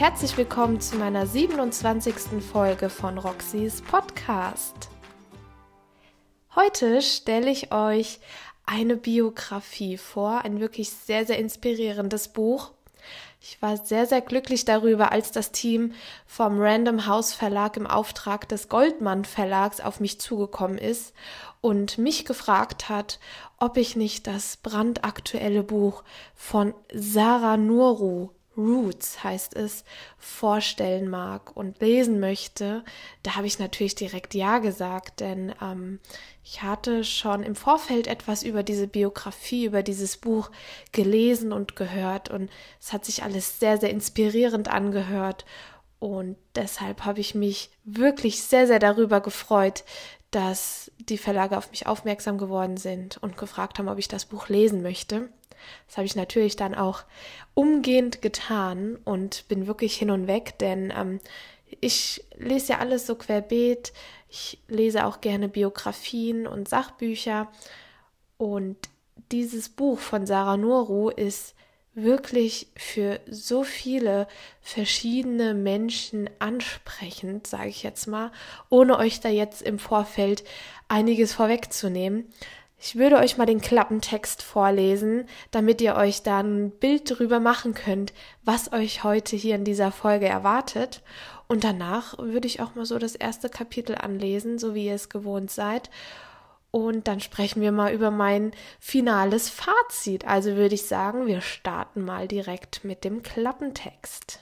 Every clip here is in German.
herzlich willkommen zu meiner 27. Folge von Roxys Podcast. Heute stelle ich euch eine Biografie vor, ein wirklich sehr, sehr inspirierendes Buch. Ich war sehr, sehr glücklich darüber, als das Team vom Random House Verlag im Auftrag des Goldmann Verlags auf mich zugekommen ist und mich gefragt hat, ob ich nicht das brandaktuelle Buch von Sarah Nuru, Roots heißt es, vorstellen mag und lesen möchte. Da habe ich natürlich direkt ja gesagt, denn ich hatte schon im Vorfeld etwas über diese Biografie, über dieses Buch gelesen und gehört und es hat sich alles sehr, sehr inspirierend angehört und deshalb habe ich mich wirklich sehr, sehr darüber gefreut, dass die Verlage auf mich aufmerksam geworden sind und gefragt haben, ob ich das Buch lesen möchte. Das habe ich natürlich dann auch umgehend getan und bin wirklich hin und weg, denn ich lese ja alles so querbeet. Ich lese auch gerne Biografien und Sachbücher und dieses Buch von Sarah Nuru ist wirklich für so viele verschiedene Menschen ansprechend, sage ich jetzt mal, ohne euch da jetzt im Vorfeld einiges vorwegzunehmen. Ich würde euch mal den Klappentext vorlesen, damit ihr euch da ein Bild darüber machen könnt, was euch heute hier in dieser Folge erwartet. Und danach würde ich auch mal so das erste Kapitel anlesen, so wie ihr es gewohnt seid. Und dann sprechen wir mal über mein finales Fazit. Also würde ich sagen, wir starten mal direkt mit dem Klappentext.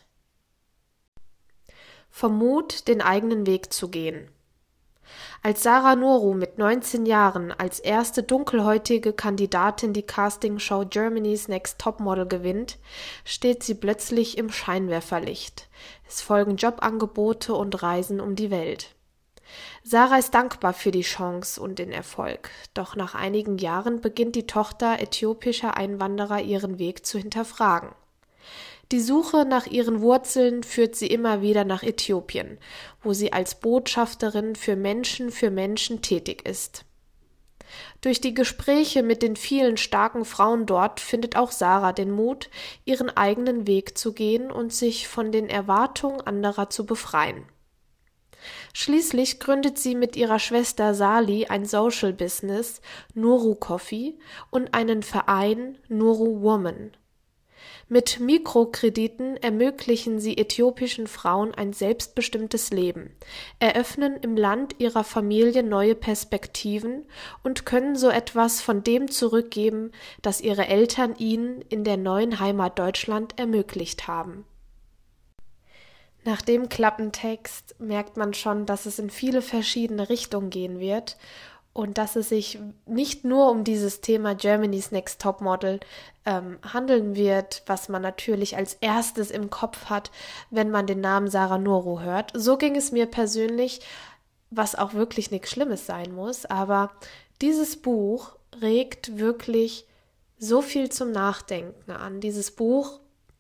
Vom Mut, den eigenen Weg zu gehen. Als Sarah Nuru mit 19 Jahren als erste dunkelhäutige Kandidatin die Castingshow Germany's Next Topmodel gewinnt, steht sie plötzlich im Scheinwerferlicht. Es folgen Jobangebote und Reisen um die Welt. Sarah ist dankbar für die Chance und den Erfolg, doch nach einigen Jahren beginnt die Tochter äthiopischer Einwanderer ihren Weg zu hinterfragen. Die Suche nach ihren Wurzeln führt sie immer wieder nach Äthiopien, wo sie als Botschafterin für Menschen tätig ist. Durch die Gespräche mit den vielen starken Frauen dort findet auch Sarah den Mut, ihren eigenen Weg zu gehen und sich von den Erwartungen anderer zu befreien. Schließlich gründet sie mit ihrer Schwester Sali ein Social Business, Nuru Coffee, und einen Verein, Nuru Woman. Mit Mikrokrediten ermöglichen sie äthiopischen Frauen ein selbstbestimmtes Leben, eröffnen im Land ihrer Familie neue Perspektiven und können so etwas von dem zurückgeben, das ihre Eltern ihnen in der neuen Heimat Deutschland ermöglicht haben. Nach dem Klappentext merkt man schon, dass es in viele verschiedene Richtungen gehen wird und dass es sich nicht nur um dieses Thema Germany's Next Topmodel handeln wird, was man natürlich als erstes im Kopf hat, wenn man den Namen Sarah Nuru hört. So ging es mir persönlich, was auch wirklich nichts Schlimmes sein muss, aber dieses Buch regt wirklich so viel zum Nachdenken an. Dieses Buch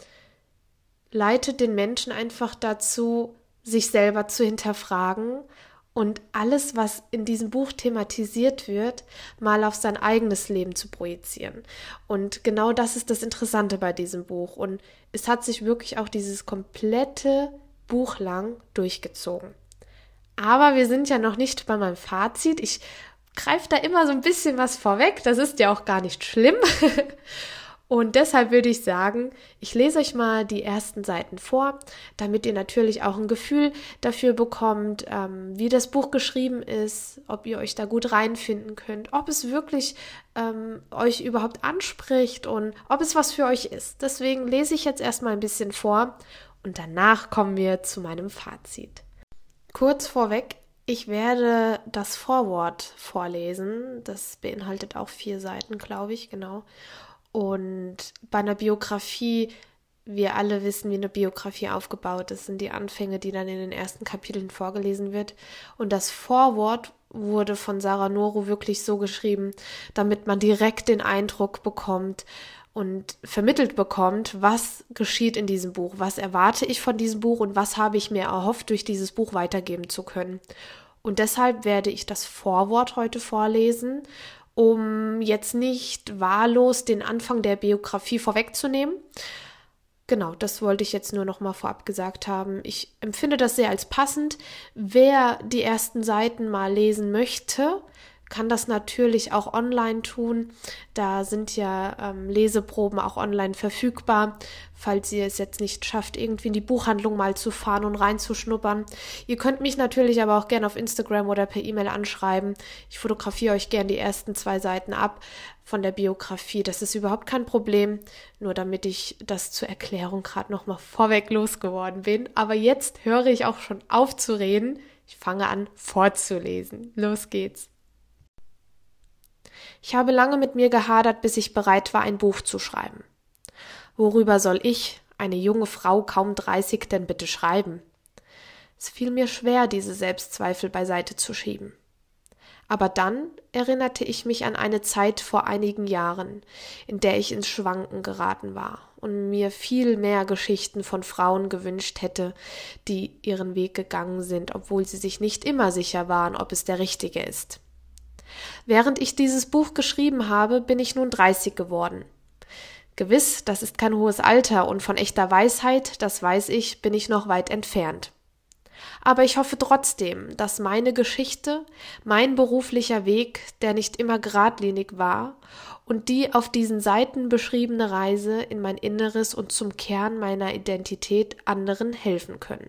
leitet den Menschen einfach dazu, sich selber zu hinterfragen und alles, was in diesem Buch thematisiert wird, mal auf sein eigenes Leben zu projizieren. Und genau das ist das Interessante bei diesem Buch. Und es hat sich wirklich auch dieses komplette Buch lang durchgezogen. Aber wir sind ja noch nicht bei meinem Fazit. Ich greife da immer so ein bisschen was vorweg. Das ist ja auch gar nicht schlimm. Und deshalb würde ich sagen, ich lese euch mal die ersten Seiten vor, damit ihr natürlich auch ein Gefühl dafür bekommt, wie das Buch geschrieben ist, ob ihr euch da gut reinfinden könnt, ob es wirklich euch überhaupt anspricht und ob es was für euch ist. Deswegen lese ich jetzt erstmal ein bisschen vor und danach kommen wir zu meinem Fazit. Kurz vorweg, ich werde das Vorwort vorlesen. Das beinhaltet auch 4 Seiten, glaube ich, genau. Und bei einer Biografie, wir alle wissen, wie eine Biografie aufgebaut ist, sind die Anfänge, die dann in den ersten Kapiteln vorgelesen wird. Und das Vorwort wurde von Sarah Nuru wirklich so geschrieben, damit man direkt den Eindruck bekommt und vermittelt bekommt, was geschieht in diesem Buch, was erwarte ich von diesem Buch und was habe ich mir erhofft, durch dieses Buch weitergeben zu können. Und deshalb werde ich das Vorwort heute vorlesen, um jetzt nicht wahllos den Anfang der Biografie vorwegzunehmen. Genau, das wollte ich jetzt nur noch mal vorab gesagt haben. Ich empfinde das sehr als passend. Wer die ersten Seiten mal lesen möchte, kann das natürlich auch online tun. Da sind ja Leseproben auch online verfügbar, falls ihr es jetzt nicht schafft, irgendwie in die Buchhandlung mal zu fahren und reinzuschnuppern. Ihr könnt mich natürlich aber auch gerne auf Instagram oder per E-Mail anschreiben. Ich fotografiere euch gerne die ersten 2 Seiten ab von der Biografie. Das ist überhaupt kein Problem, nur damit ich das zur Erklärung gerade noch mal vorweg losgeworden bin. Aber jetzt höre ich auch schon auf zu reden. Ich fange an vorzulesen. Los geht's. Ich habe lange mit mir gehadert, bis ich bereit war, ein Buch zu schreiben. Worüber soll ich, eine junge Frau, kaum 30, denn bitte schreiben? Es fiel mir schwer, diese Selbstzweifel beiseite zu schieben. Aber dann erinnerte ich mich an eine Zeit vor einigen Jahren, in der ich ins Schwanken geraten war und mir viel mehr Geschichten von Frauen gewünscht hätte, die ihren Weg gegangen sind, obwohl sie sich nicht immer sicher waren, ob es der richtige ist. Während ich dieses Buch geschrieben habe, bin ich nun 30 geworden. Gewiss, das ist kein hohes Alter und von echter Weisheit, das weiß ich, bin ich noch weit entfernt. Aber ich hoffe trotzdem, dass meine Geschichte, mein beruflicher Weg, der nicht immer geradlinig war, und die auf diesen Seiten beschriebene Reise in mein Inneres und zum Kern meiner Identität anderen helfen können.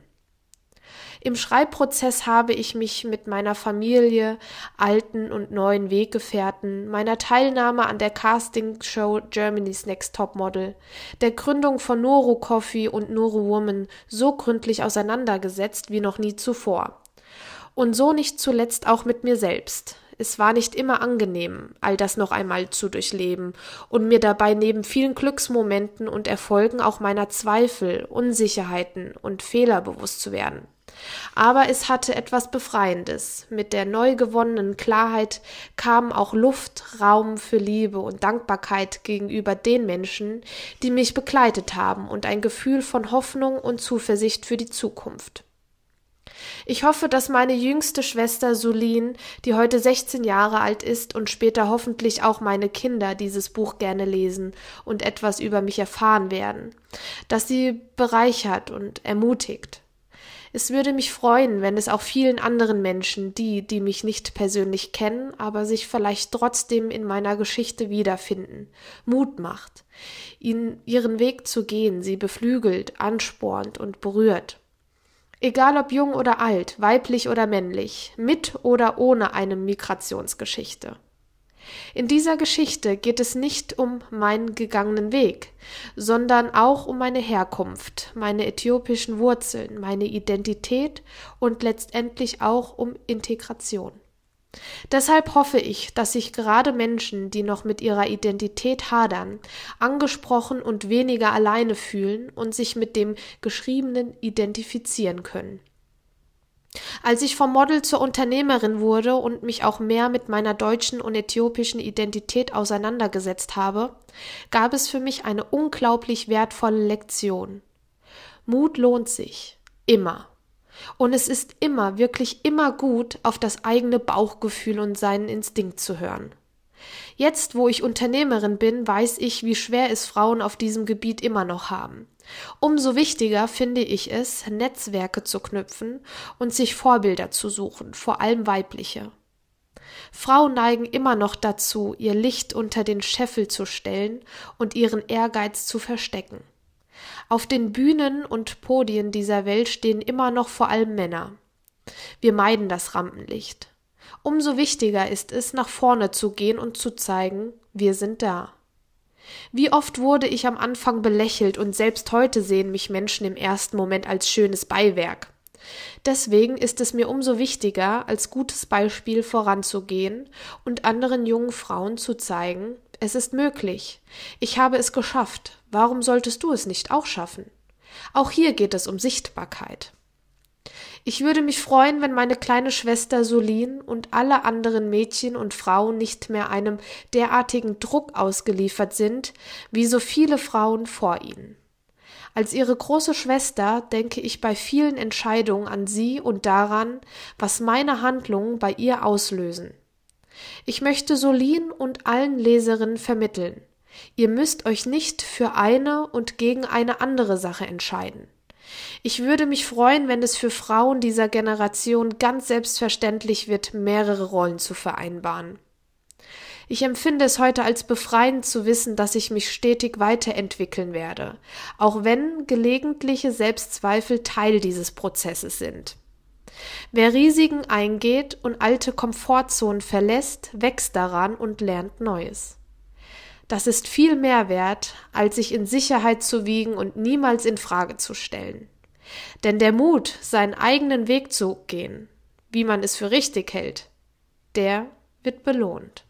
Im Schreibprozess habe ich mich mit meiner Familie, alten und neuen Weggefährten, meiner Teilnahme an der Castingshow Germany's Next Topmodel, der Gründung von Nuru Coffee und Nuru Woman so gründlich auseinandergesetzt wie noch nie zuvor. Und so nicht zuletzt auch mit mir selbst. Es war nicht immer angenehm, all das noch einmal zu durchleben und mir dabei neben vielen Glücksmomenten und Erfolgen auch meiner Zweifel, Unsicherheiten und Fehler bewusst zu werden. Aber es hatte etwas Befreiendes. Mit der neu gewonnenen Klarheit kam auch Luft, Raum für Liebe und Dankbarkeit gegenüber den Menschen, die mich begleitet haben, und ein Gefühl von Hoffnung und Zuversicht für die Zukunft. Ich hoffe, dass meine jüngste Schwester Sulin, die heute 16 Jahre alt ist, und später hoffentlich auch meine Kinder dieses Buch gerne lesen und etwas über mich erfahren werden, dass sie bereichert und ermutigt. Es würde mich freuen, wenn es auch vielen anderen Menschen, die mich nicht persönlich kennen, aber sich vielleicht trotzdem in meiner Geschichte wiederfinden, Mut macht, ihnen ihren Weg zu gehen, sie beflügelt, anspornt und berührt. Egal ob jung oder alt, weiblich oder männlich, mit oder ohne eine Migrationsgeschichte. In dieser Geschichte geht es nicht um meinen gegangenen Weg, sondern auch um meine Herkunft, meine äthiopischen Wurzeln, meine Identität und letztendlich auch um Integration. Deshalb hoffe ich, dass sich gerade Menschen, die noch mit ihrer Identität hadern, angesprochen und weniger alleine fühlen und sich mit dem Geschriebenen identifizieren können. Als ich vom Model zur Unternehmerin wurde und mich auch mehr mit meiner deutschen und äthiopischen Identität auseinandergesetzt habe, gab es für mich eine unglaublich wertvolle Lektion. Mut lohnt sich. Immer. Und es ist immer, wirklich immer gut, auf das eigene Bauchgefühl und seinen Instinkt zu hören. Jetzt, wo ich Unternehmerin bin, weiß ich, wie schwer es Frauen auf diesem Gebiet immer noch haben. Umso wichtiger finde ich es, Netzwerke zu knüpfen und sich Vorbilder zu suchen, vor allem weibliche. Frauen neigen immer noch dazu, ihr Licht unter den Scheffel zu stellen und ihren Ehrgeiz zu verstecken. Auf den Bühnen und Podien dieser Welt stehen immer noch vor allem Männer. Wir meiden das Rampenlicht. Umso wichtiger ist es, nach vorne zu gehen und zu zeigen, wir sind da. Wie oft wurde ich am Anfang belächelt und selbst heute sehen mich Menschen im ersten Moment als schönes Beiwerk. Deswegen ist es mir umso wichtiger, als gutes Beispiel voranzugehen und anderen jungen Frauen zu zeigen, es ist möglich. Ich habe es geschafft. Warum solltest du es nicht auch schaffen? Auch hier geht es um Sichtbarkeit. Ich würde mich freuen, wenn meine kleine Schwester Sulin und alle anderen Mädchen und Frauen nicht mehr einem derartigen Druck ausgeliefert sind, wie so viele Frauen vor ihnen. Als ihre große Schwester denke ich bei vielen Entscheidungen an sie und daran, was meine Handlungen bei ihr auslösen. Ich möchte Sulin und allen Leserinnen vermitteln: Ihr müsst euch nicht für eine und gegen eine andere Sache entscheiden. Ich würde mich freuen, wenn es für Frauen dieser Generation ganz selbstverständlich wird, mehrere Rollen zu vereinbaren. Ich empfinde es heute als befreiend zu wissen, dass ich mich stetig weiterentwickeln werde, auch wenn gelegentliche Selbstzweifel Teil dieses Prozesses sind. Wer Risiken eingeht und alte Komfortzonen verlässt, wächst daran und lernt Neues. Das ist viel mehr wert, als sich in Sicherheit zu wiegen und niemals in Frage zu stellen. Denn der Mut, seinen eigenen Weg zu gehen, wie man es für richtig hält, der wird belohnt.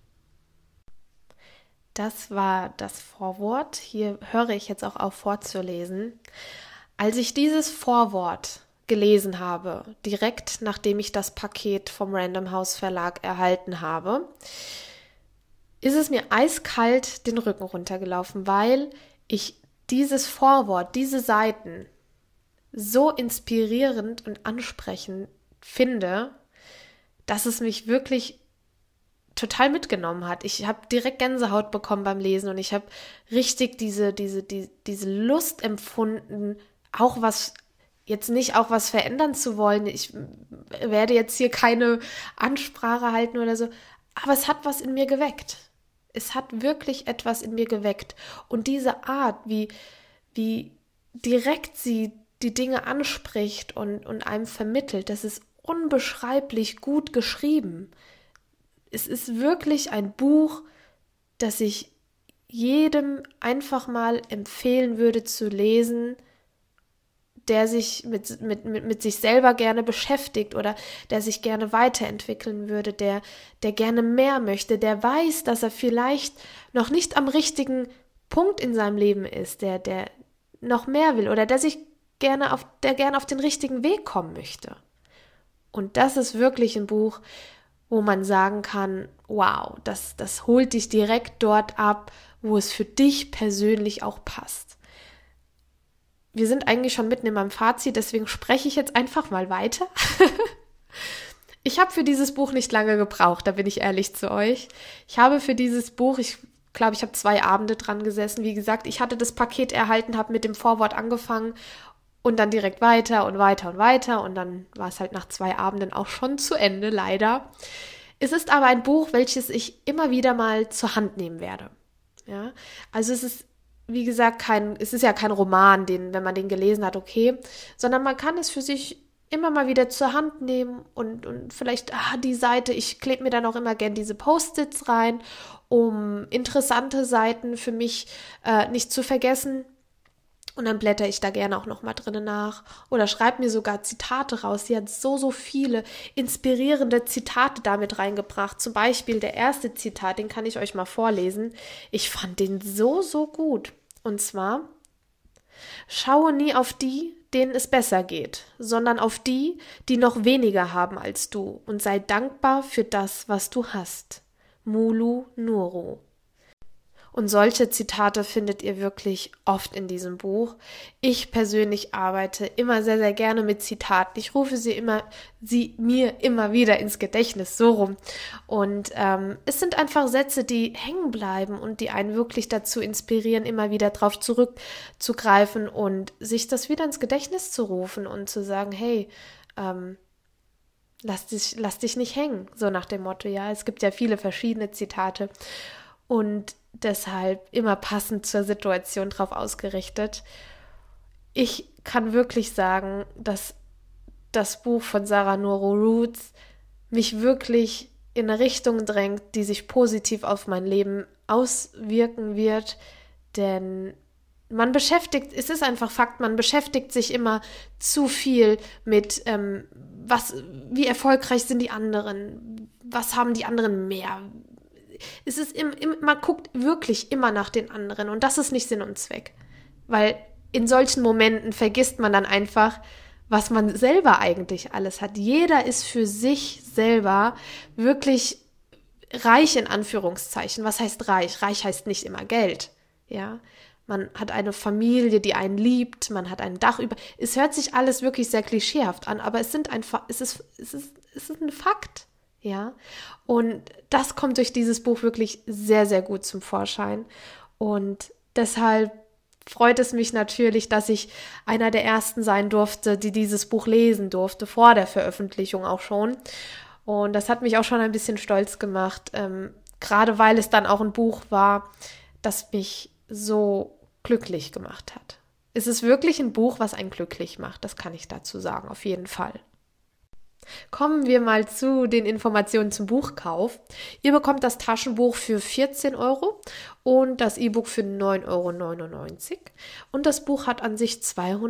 Das war das Vorwort. Hier höre ich jetzt auch auf vorzulesen. Als ich dieses Vorwort gelesen habe, direkt nachdem ich das Paket vom Random House Verlag erhalten habe, ist es mir eiskalt den Rücken runtergelaufen, weil ich dieses Vorwort, diese Seiten so inspirierend und ansprechend finde, dass es mich wirklich total mitgenommen hat. Ich habe direkt Gänsehaut bekommen beim Lesen und ich habe richtig diese Lust empfunden, auch was verändern zu wollen. Ich werde jetzt hier keine Ansprache halten oder so, aber es hat was in mir geweckt. Es hat wirklich etwas in mir geweckt. Und diese Art, wie direkt sie die Dinge anspricht und einem vermittelt, das ist unbeschreiblich gut geschrieben. Es ist wirklich ein Buch, das ich jedem einfach mal empfehlen würde zu lesen, der sich mit sich selber gerne beschäftigt oder der sich gerne weiterentwickeln würde, der gerne mehr möchte, der weiß, dass er vielleicht noch nicht am richtigen Punkt in seinem Leben ist, der noch mehr will oder der gerne auf den richtigen Weg kommen möchte. Und das ist wirklich ein Buch, wo man sagen kann, wow, das holt dich direkt dort ab, wo es für dich persönlich auch passt. Wir sind eigentlich schon mitten in meinem Fazit, deswegen spreche ich jetzt einfach mal weiter. Ich habe für dieses Buch nicht lange gebraucht, da bin ich ehrlich zu euch. Ich habe für dieses Buch, ich glaube, ich habe 2 Abende dran gesessen. Wie gesagt, ich hatte das Paket erhalten, habe mit dem Vorwort angefangen und dann direkt weiter und weiter und weiter und dann war es halt nach 2 Abenden auch schon zu Ende, leider. Es ist aber ein Buch, welches ich immer wieder mal zur Hand nehmen werde. Ja, also es ist, wie gesagt, es ist ja kein Roman, wenn man den gelesen hat, okay, sondern man kann es für sich immer mal wieder zur Hand nehmen und vielleicht, die Seite, ich klebe mir dann auch immer gern diese Post-its rein, um interessante Seiten für mich nicht zu vergessen. Und dann blätter ich da gerne auch nochmal drinnen nach oder schreibe mir sogar Zitate raus. Sie hat so viele inspirierende Zitate damit reingebracht. Zum Beispiel der erste Zitat, den kann ich euch mal vorlesen. Ich fand den so gut. Und zwar: Schaue nie auf die, denen es besser geht, sondern auf die, die noch weniger haben als du und sei dankbar für das, was du hast. Mulu Nuru. Und solche Zitate findet ihr wirklich oft in diesem Buch. Ich persönlich arbeite immer sehr, sehr gerne mit Zitaten. Ich rufe sie mir immer wieder ins Gedächtnis, so rum. Und es sind einfach Sätze, die hängen bleiben und die einen wirklich dazu inspirieren, immer wieder drauf zurückzugreifen und sich das wieder ins Gedächtnis zu rufen und zu sagen, hey, lass dich nicht hängen, so nach dem Motto, ja. Es gibt ja viele verschiedene Zitate und deshalb immer passend zur Situation drauf ausgerichtet. Ich kann wirklich sagen, dass das Buch von Sarah Nuru Roots mich wirklich in eine Richtung drängt, die sich positiv auf mein Leben auswirken wird, denn es ist einfach Fakt, man beschäftigt sich immer zu viel mit, wie erfolgreich sind die anderen, was haben die anderen mehr. Es ist man guckt wirklich immer nach den anderen und das ist nicht Sinn und Zweck, weil in solchen Momenten vergisst man dann einfach, was man selber eigentlich alles hat. Jeder ist für sich selber wirklich reich in Anführungszeichen. Was heißt reich? Reich heißt nicht immer Geld, ja. Man hat eine Familie, die einen liebt, man hat ein Dach über. Es hört sich alles wirklich sehr klischeehaft an, aber es ist ein Fakt. Ja, und das kommt durch dieses Buch wirklich sehr, sehr gut zum Vorschein. Und deshalb freut es mich natürlich, dass ich einer der Ersten sein durfte, die dieses Buch lesen durfte, vor der Veröffentlichung auch schon. Und das hat mich auch schon ein bisschen stolz gemacht, gerade weil es dann auch ein Buch war, das mich so glücklich gemacht hat. Es ist wirklich ein Buch, was einen glücklich macht, das kann ich dazu sagen, auf jeden Fall. Kommen wir mal zu den Informationen zum Buchkauf. Ihr bekommt das Taschenbuch für 14 € und das E-Book für 9,99 € und das Buch hat an sich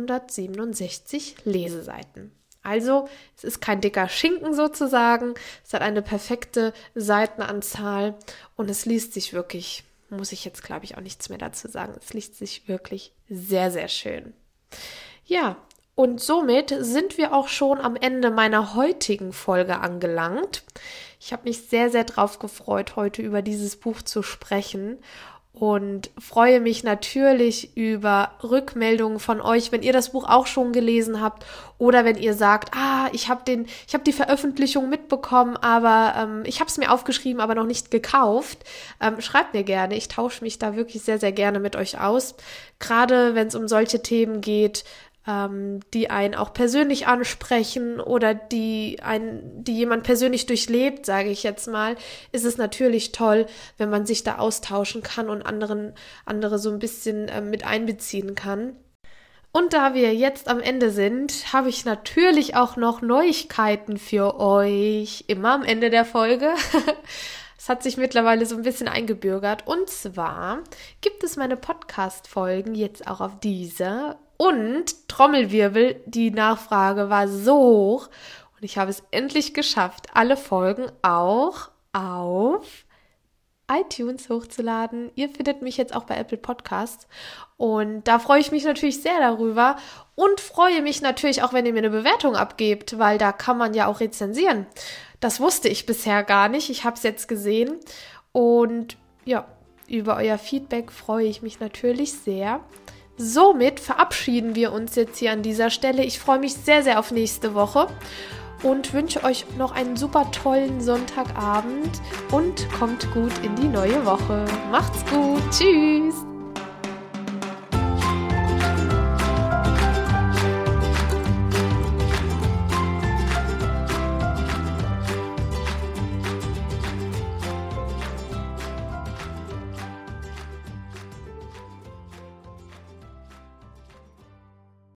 267 Leseseiten. Also, es ist kein dicker Schinken sozusagen, es hat eine perfekte Seitenanzahl und es liest sich wirklich, muss ich jetzt glaube ich auch nichts mehr dazu sagen, es liest sich wirklich sehr, sehr schön. Ja, und somit sind wir auch schon am Ende meiner heutigen Folge angelangt. Ich habe mich sehr, sehr drauf gefreut, heute über dieses Buch zu sprechen und freue mich natürlich über Rückmeldungen von euch, wenn ihr das Buch auch schon gelesen habt oder wenn ihr sagt, ich habe die Veröffentlichung mitbekommen, aber ich habe es mir aufgeschrieben, aber noch nicht gekauft. Schreibt mir gerne, ich tausche mich da wirklich sehr, sehr gerne mit euch aus, gerade wenn es um solche Themen geht, die einen auch persönlich ansprechen oder die jemand persönlich durchlebt, sage ich jetzt mal, ist es natürlich toll, wenn man sich da austauschen kann und andere so ein bisschen mit einbeziehen kann. Und da wir jetzt am Ende sind, habe ich natürlich auch noch Neuigkeiten für euch, immer am Ende der Folge. Es hat sich mittlerweile so ein bisschen eingebürgert. Und zwar gibt es meine Podcast-Folgen jetzt auch auf dieser. Und Trommelwirbel, die Nachfrage war so hoch. Und ich habe es endlich geschafft, alle Folgen auch auf iTunes hochzuladen. Ihr findet mich jetzt auch bei Apple Podcasts. Und da freue ich mich natürlich sehr darüber. Und freue mich natürlich auch, wenn ihr mir eine Bewertung abgebt, weil da kann man ja auch rezensieren. Das wusste ich bisher gar nicht. Ich habe es jetzt gesehen. Und ja, über euer Feedback freue ich mich natürlich sehr. Somit verabschieden wir uns jetzt hier an dieser Stelle. Ich freue mich sehr, sehr auf nächste Woche und wünsche euch noch einen super tollen Sonntagabend und kommt gut in die neue Woche. Macht's gut. Tschüss.